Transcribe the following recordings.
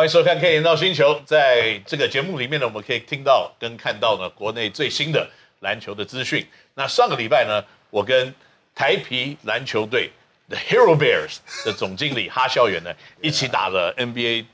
欢迎收看《K 研到星球》。在这个节目里面呢，我们可以听到跟看到呢国内最新的篮球的资讯。那上个礼拜呢，我跟台啤篮球队 The Hero Bears 的总经理哈孝元呢一起打了 NBA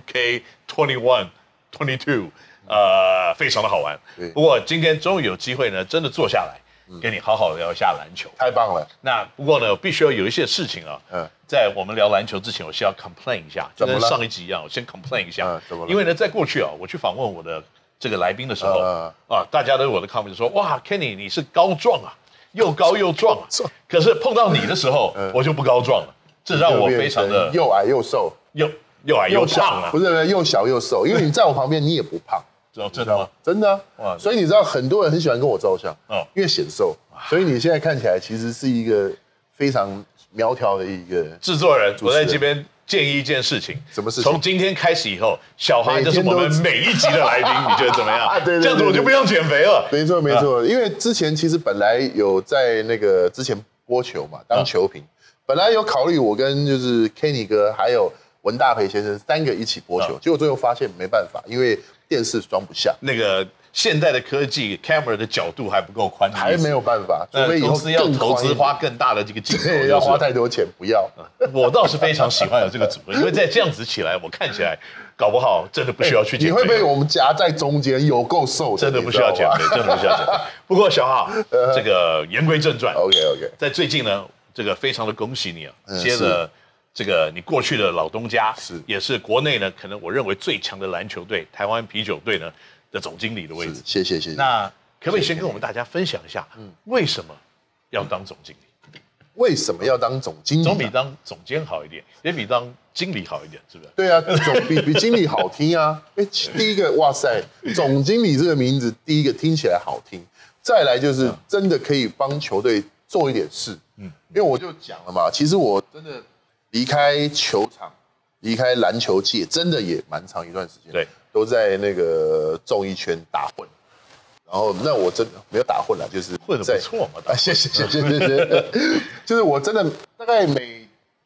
2K21、22，非常的好玩。不过今天终于有机会呢，真的坐下来。跟你好好聊一下篮球， 太棒了。 那不过呢，必须要有一些事情啊。在我们聊篮球之前，我先要 complain 一下，就跟上一集一样，我先 complain 一下。因为呢，在过去啊，我去访问我的这个来宾的时候，大家都有我的 comment 说，哇 ，Kenny 你是高壮啊，又高又壮啊。可是碰到你的时候，我就不高壮了，这让我非常的又矮又瘦， 又矮又胖啊。 不是又小又瘦，因为你在我旁边，你也不胖。 真的吗？ 真的啊！所以你知道很多人很喜欢跟我照相，因为显瘦，所以你现在看起来其实是一个非常苗条的一个制作人。我在这边建议一件事情， 什么事情？ 从今天开始以后，小哈就是我们每一集的来宾，你觉得怎么样？ 对， 这样子我就不用减肥了。 没错没错，因为之前其实本来有在那个之前播球嘛，当球评，本来有考虑我跟就是 Kenny 哥还有文大培先生3个一起播球，结果最后发现没办法，因为电视装不下， 那个现代的科技 camera 的角度还不够宽， 还没有办法，除非以后要投资花更大的这个镜头， 要花太多钱，不要。 我倒是非常喜欢有这个组合，因为在这样子起来，我看起来搞不好真的不需要去减肥。 你会被我们夹在中间，有够瘦的， 真的不需要减肥，真的不需要减肥。不过小哈，这个言归正传 ，OK， 在最近呢，这个非常的恭喜你啊，接了。这个你过去的老东家也是国内呢，可能我认为最强的篮球队台湾啤酒队呢的总经理的位置。 谢谢。 那可不可以先跟我们大家分享一下，为什么要当总经理？ 为什么要当总经理？ 总比当总监好一点，也比当经理好一点，是不是？ 对啊，总比经理好听啊。第一个，哇塞，总经理这个名字，第一个听起来好听，再来就是真的可以帮球队做一点事。因为我就讲了嘛，其实我真的。离开球场，离开篮球界，真的也蛮长一段时间。 对， 都在那个综艺圈打混。然后，那我真的没有打混了，就是混得不错嘛。 谢谢。就是我真的大概每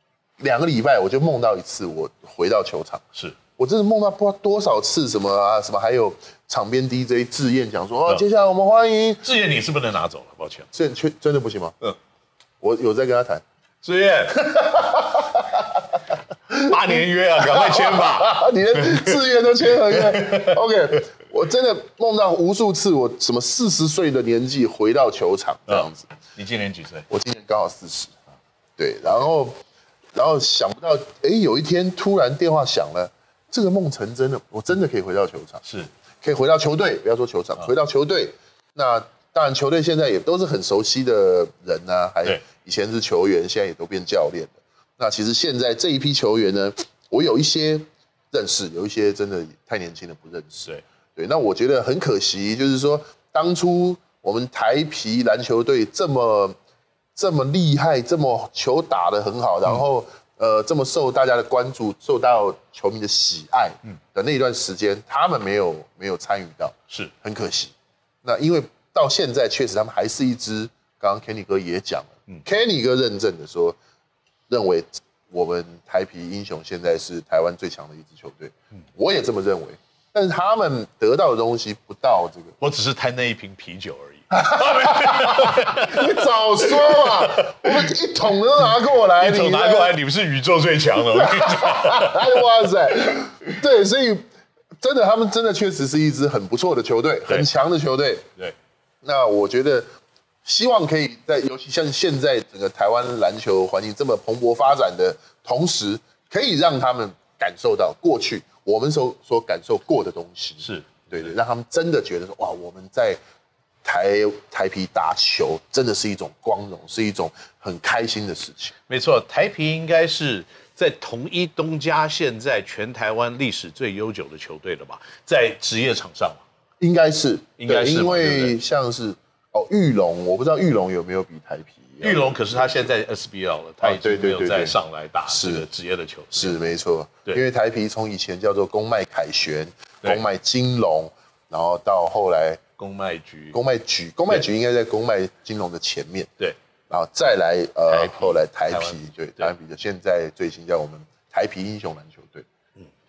2个礼拜，我就梦到一次，我回到球场。是我真的梦到不知道多少次，什么还有场边 DJ 志燕讲说，接下来我们欢迎志燕，你是不能拿走了，抱歉。 志燕真的不行吗？我有在跟他谈。 志燕。8年约啊，赶快签吧！ 你的4月都签合约 ，OK。我真的梦到无数次，我什么40岁的年纪回到球场这样子。 你今年几岁？ 我今年刚好40。对，然后想不到，有一天突然电话响了，这个梦成真了，我真的可以回到球场， 是可以回到球队，不要说球场，回到球队。那当然，球队现在也都是很熟悉的人啊，还以前是球员，现在也都变教练了。那其实现在这一批球员呢，我有一些认识，有一些真的太年轻了不认识。对，那我觉得很可惜，就是说当初我们台啤篮球队这么厉害，这么球打得很好，然后这么受大家的关注，受到球迷的喜爱的那一段时间，他们没有参与到， 是很可惜。那因为到现在确实他们还是一支，刚刚 Kenny 哥也讲了，Kenny 哥认证的说。认为我们台啤英雄现在是台湾最强的一支球队，我也这么认为。但是他们得到的东西不到这个， 我只是贪那一瓶啤酒而已。 你早说嘛！我们1桶都拿过来， 一桶拿过来，你们是宇宙最强的。我跟你讲， 哇塞，对，所以真的，他们真的确实是一支很不错的球队，很强的球队。 对， 那我觉得。希望可以在，尤其像现在整个台湾篮球环境这么蓬勃发展的同时，可以让他们感受到过去我们所感受过的东西。 是对，让他们真的觉得说，哇，我们在台啤打球真的是一种光荣，是一种很开心的事情。 没错，台啤应该是在统一东家现在全台湾历史最悠久的球队了吧？在职业场上， 应该是， 因为像是。裕隆，我不知道裕隆有没有比台啤。 裕隆可是他现在 SBL 了，他已经没有再上来打这个职业的球。 是没错，因为台啤从以前叫做公卖凯旋、公卖金龙，然后到后来公卖局应该在公卖金龙的前面。 对， 然后再来后来台啤，对，台啤就现在最新叫我们台啤英雄篮球队。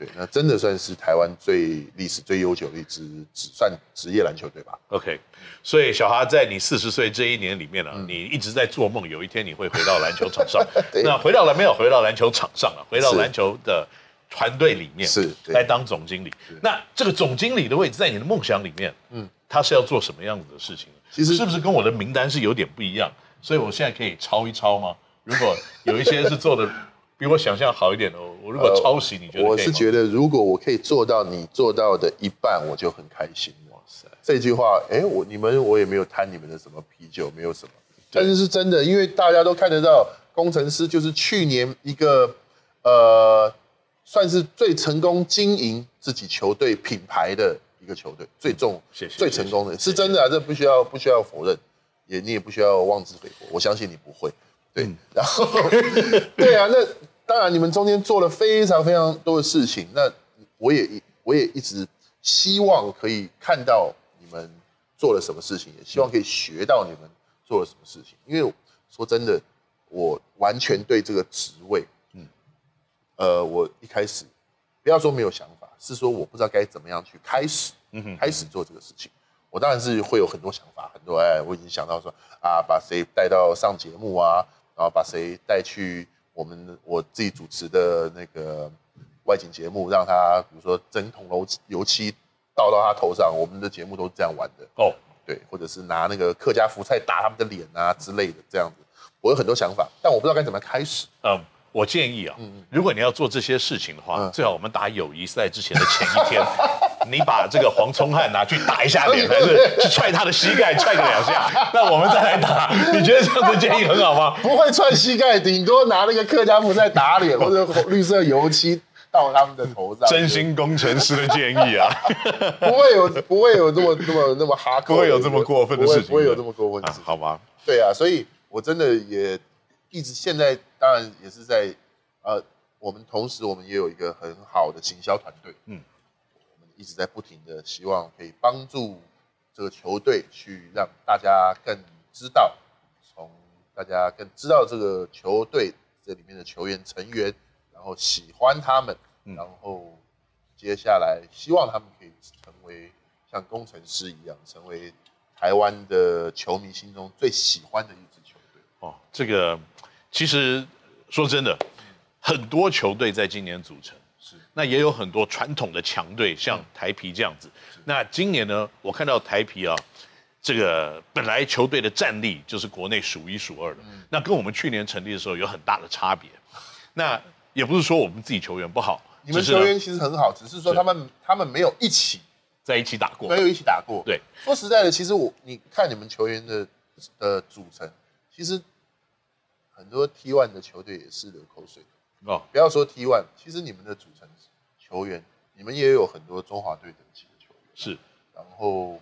对，那真的算是台湾历史最悠久的一支算职业篮球队吧。 OK， 所以小哈在你40岁这一年里面呢，你一直在做梦，有一天你会回到篮球场上。那没有回到篮球场上了，回到篮球的团队里面，来当总经理。那这个总经理的位置在你的梦想里面，他是要做什么样子的事情呢？其实是不是跟我的名单是有点不一样？所以我现在可以抄一抄吗？如果有一些是做的比我想象好一点的，我如果抄袭，你觉得可以吗？ 我是觉得，如果我可以做到你做到的一半，我就很开心。哇塞，这句话，我也没有贪你们的什么啤酒，没有什么，但是是真的，因为大家都看得到，工程师就是去年一个算是最成功经营自己球队品牌的一个球队，最成功的，是真的啊，这不需要否认，你也不需要妄自菲薄，我相信你不会。对，然后对啊，那当然你们中间做了非常非常多的事情，那我也一直希望可以看到你们做了什么事情，也希望可以学到你们做了什么事情。因为说真的，我完全对这个职位，我一开始不要说没有想法，是说我不知道该怎么样去开始做这个事情。我当然是会有很多想法，很多我已经想到说把谁带到上节目啊。然后把谁带去我自己主持的那个外景节目，让他比如说整桶油漆倒到他头上，我们的节目都是这样玩的对，或者是拿那个客家福菜打他们的脸啊之类的，这样子，我有很多想法，但我不知道该怎么开始。 我建议如果你要做这些事情的话，最好我们打友谊赛之前的前一天，你把这个黄聪汉拿去打一下脸，还是去踹他的膝盖，踹个2下，那我们再来打。你觉得这样子建议很好吗？ 不会踹膝盖，顶多拿那个客家福菜打脸，或者绿色油漆到他们的头上。 真心工程师的建议啊， 不会有那么哈扣， 不会有这么过分的事情， 不会有这么过分的事情， 好吗？ 对啊，所以我真的也一直现在当然也是在我们同时我们也有一个很好的行销团队，我们一直在不停的希望可以帮助这个球队去让大家更知道，从大家更知道这个球队这里面的球员成员，然后喜欢他们，然后接下来希望他们可以成为像工程师一样，成为台湾的球迷心中最喜欢的一支球队。 这个其实说真的，很多球队在今年组成，那也有很多传统的强队，像台啤这样子。那今年呢，我看到台啤这个本来球队的战力就是国内数1数2的，那跟我们去年成立的时候有很大的差别。那也不是说我们自己球员不好， 你们球员其实很好，只是说他们没有在一起打过， 没有一起打过。 对， 说实在的，其实你看你们球员的组成，其实很多 T1 的球队也是流口水的。不要说 T1， 其实你们的组成球员，你们也有很多中华队等级的球员。 是， 然后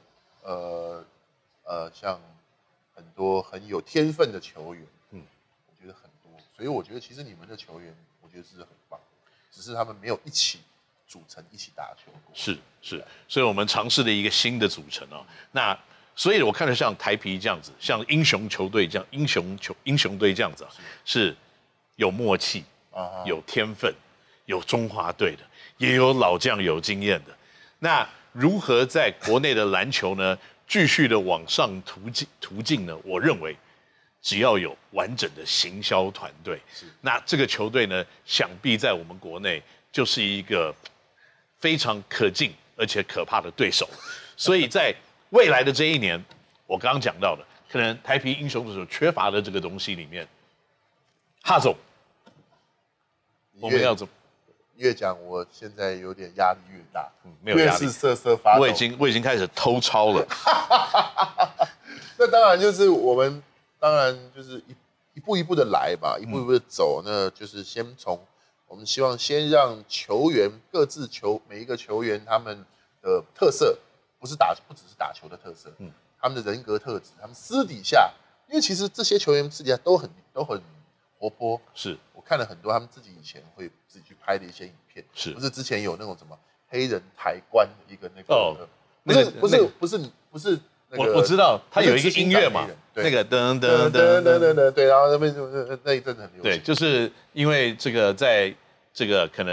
像很多很有天分的球员，我觉得很多，所以我觉得其实你们的球员，我觉得是很棒，只是他们没有一起组成一起打球过。 是，所以我们尝试了一个新的组成那所以我看到像台啤这样子，像英雄球队这样，英雄队这样子是有默契。有天分，有中华队的，也有老将有经验的。那如何在国内的篮球呢，继续的往上途径呢？我认为，只要有完整的行销团队，那这个球队呢，想必在我们国内就是一个非常可敬而且可怕的对手。所以在未来的这一年，我刚刚讲到的，可能台啤英雄所缺乏的这个东西里面，哈总。我们要怎么？ 越讲，我现在有点压力越大， 没有压力， 越是瑟瑟发抖。 我已经开始偷抄了。 那当然就是我们，当然就是一步一步的来吧，一步一步的走。那就是我们希望先让球员每一个球员他们的特色，不只是打球的特色，他们的人格特质，他们私底下，因为其实这些球员私底下都很活泼。 是。 看了很多他们自己以前会自己去拍的一些影片，不是之前有那种什么黑人抬棺的一个那个，不是那个， 我知道他有一个音乐嘛，那个噔噔噔噔噔噔，对，然后那一阵很流行， 对，就是因为这个在这个可能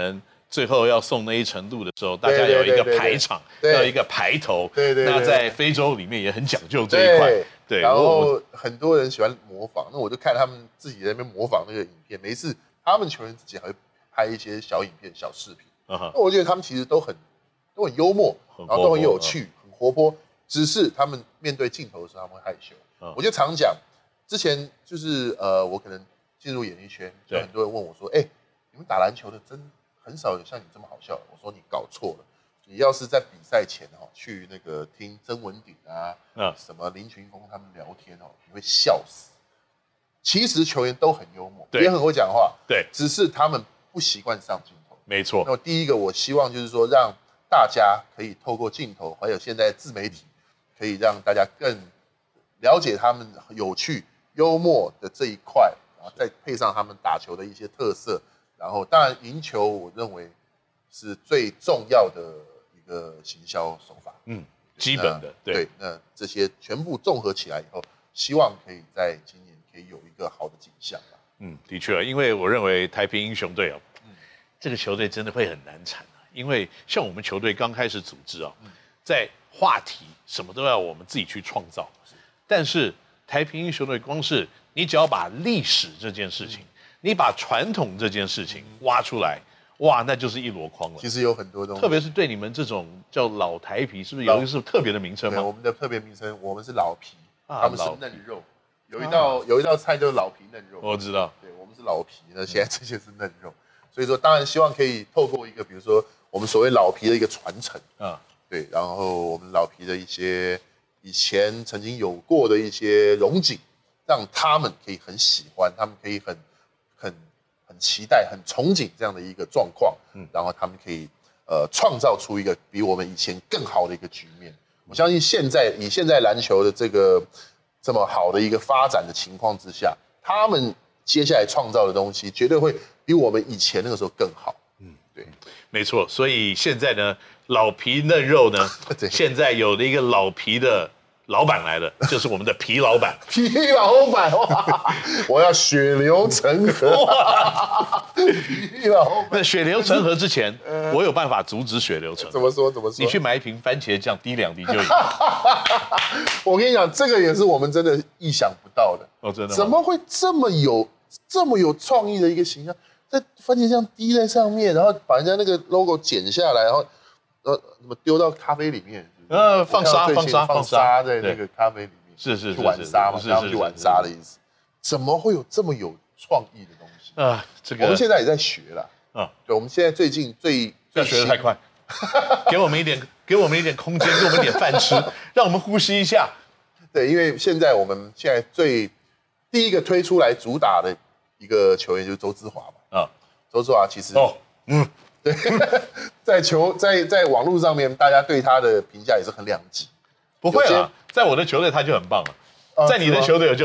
最后要送那一程度的时候，大家有一个排场，要一个排头。 对。 那在非洲里面也很讲究这一块。对。 然后很多人喜欢模仿，那我就看他们自己在那边模仿那个影片。每一次他们球员自己还会拍一些小影片、小视频。那我觉得他们其实都很幽默，然后都很有趣、很活泼。只是他们面对镜头的时候，他们会害羞。我就常讲，之前就是我可能进入演艺圈，就很多人问我说：“哎，你们打篮球的真很少有像你这么好笑。”我说：“你搞错了，你要是在比赛前去那个听曾文鼎啊，什么林群峰他们聊天你会笑死。其实球员都很幽默，也很会讲话， 对， 只是他们不习惯上镜头。 没错。 那第一个，我希望就是说，让大家可以透过镜头，还有现在自媒体，可以让大家更了解他们有趣、幽默的这一块，然后再配上他们打球的一些特色，然后当然赢球，我认为是最重要的一个行销手法。 基本的。对。 那这些全部综合起来以后，希望可以在今年可以有一个好的景象。 的确，因为我认为太平英雄队这个球队真的会很难产因为像我们球队刚开始组织在话题什么都要我们自己去创造，但是太平英雄队光是你只要把历史这件事情，你把传统这件事情挖出来，哇，那就是一箩筐了。 其实有很多东西， 特别是对你们这种叫老台啤，是不是有一个是特别的名称吗？ 我们的特别名称，我们是老皮，他们是嫩肉。有一道菜就是老皮嫩肉， 我知道。 对，我们是老皮，那现在这些是嫩肉，所以说当然希望可以透过一个，比如说我们所谓老皮的一个传承对，然后我们老皮的一些以前曾经有过的一些荣景，让他们可以很喜欢，他们可以很期待、很憧憬这样的一个状况，然后他们可以创造出一个比我们以前更好的一个局面。我相信以现在篮球的这么好的一个发展的情况之下，他们接下来创造的东西绝对会比我们以前那个时候更好。对， 没错。所以现在呢，老皮嫩肉呢，现在有了一个老皮的老板来了，就是我们的皮老板。 皮老板哇，我要血流成河。皮老板， 那血流成河之前，我有办法阻止血流成河。 怎么说？ 你去买一瓶番茄酱，滴2滴就赢。 我跟你讲，这个也是我们真的意想不到的。 真的吗？怎么会这么有创意的一个形象？在番茄酱滴在上面，然后把人家那个 logo 剪下来，然后怎么丢到咖啡里面？ 放沙在那个咖啡里面， 是去玩沙嘛，然后去玩沙的意思。怎么会有这么有创意的东西这个我们现在也在学了对，我们现在最近最学得太快，给我们一点空间，给我们一点饭吃，让我们呼吸一下。 对，因为我们现在第一个推出来主打的一个球员就是周姿华嘛周姿华其实对，在网络上面，大家对他的评价也是很两极。 不会啦，在我的球队他就很棒了，在你的球队我就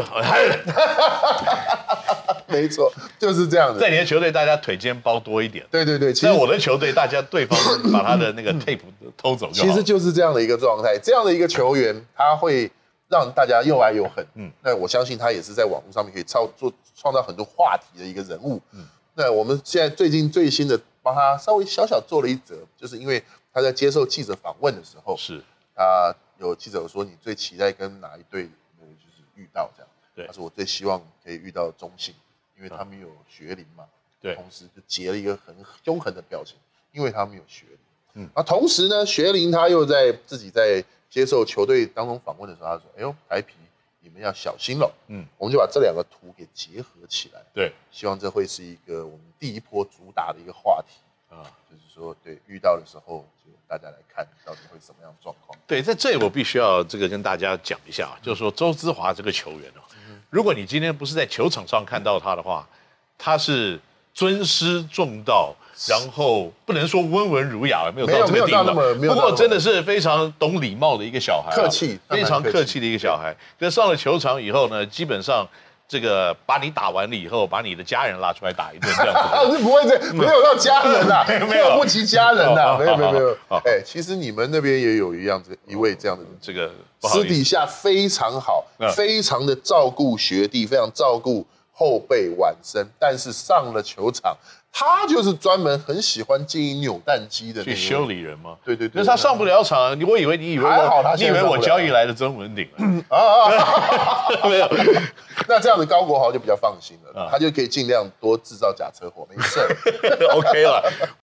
没错，就是这样的。 在你的球队，大家腿间包多一点。 对， 在我的球队，大家对方把他的那个 tape 偷走就好。 其实就是这样的一个状态，这样的一个球员，他会让大家又爱又恨。那我相信他也是在网络上面可以创造很多话题的一个人物。那我们现在最新的帮他稍微小做了一则，就是因为他在接受记者访问的时候，他有记者说你最期待跟哪一队就是遇到这样？对，他说我最希望可以遇到中信，因为他们有学龄嘛。对，同时就结了一个很凶狠的表情，因为他们有学龄。同时呢，学龄他又自己在接受球队当中访问的时候，他说：“哎呦，台啤你们要小心了。”我们就把这2个图给结合起来。对，希望这会是一个我们第一波主打的一个话题就是说，对，遇到的时候就大家来看到底会什么样的状况。 对，在这里我必须要跟大家讲一下就是说周姿华这个球员如果你今天不是在球场上看到他的话，他是尊师重道，然后不能说温文儒雅，没有到这个地步，不过真的是非常懂礼貌的一个小孩， 客气， 非常客气的一个小孩。跟上了球场以后呢，基本上这个把你打完了以后，把你的家人拉出来打一顿这样子。 不会没有到家人呐，没有不及家人呐，没有。其实你们那边也有一位这样的人， 这个私底下非常好，非常的照顾学弟，非常照顾后背挽伸，但是上了球场，他就是专门很喜欢经营扭蛋机的去修理人吗？ 对对对， 那他上不了场，你以为你以为我交易来的曾文鼎没有。那这样子高国豪就比较放心了，他就可以尽量多制造假车祸，没事。 OK 了。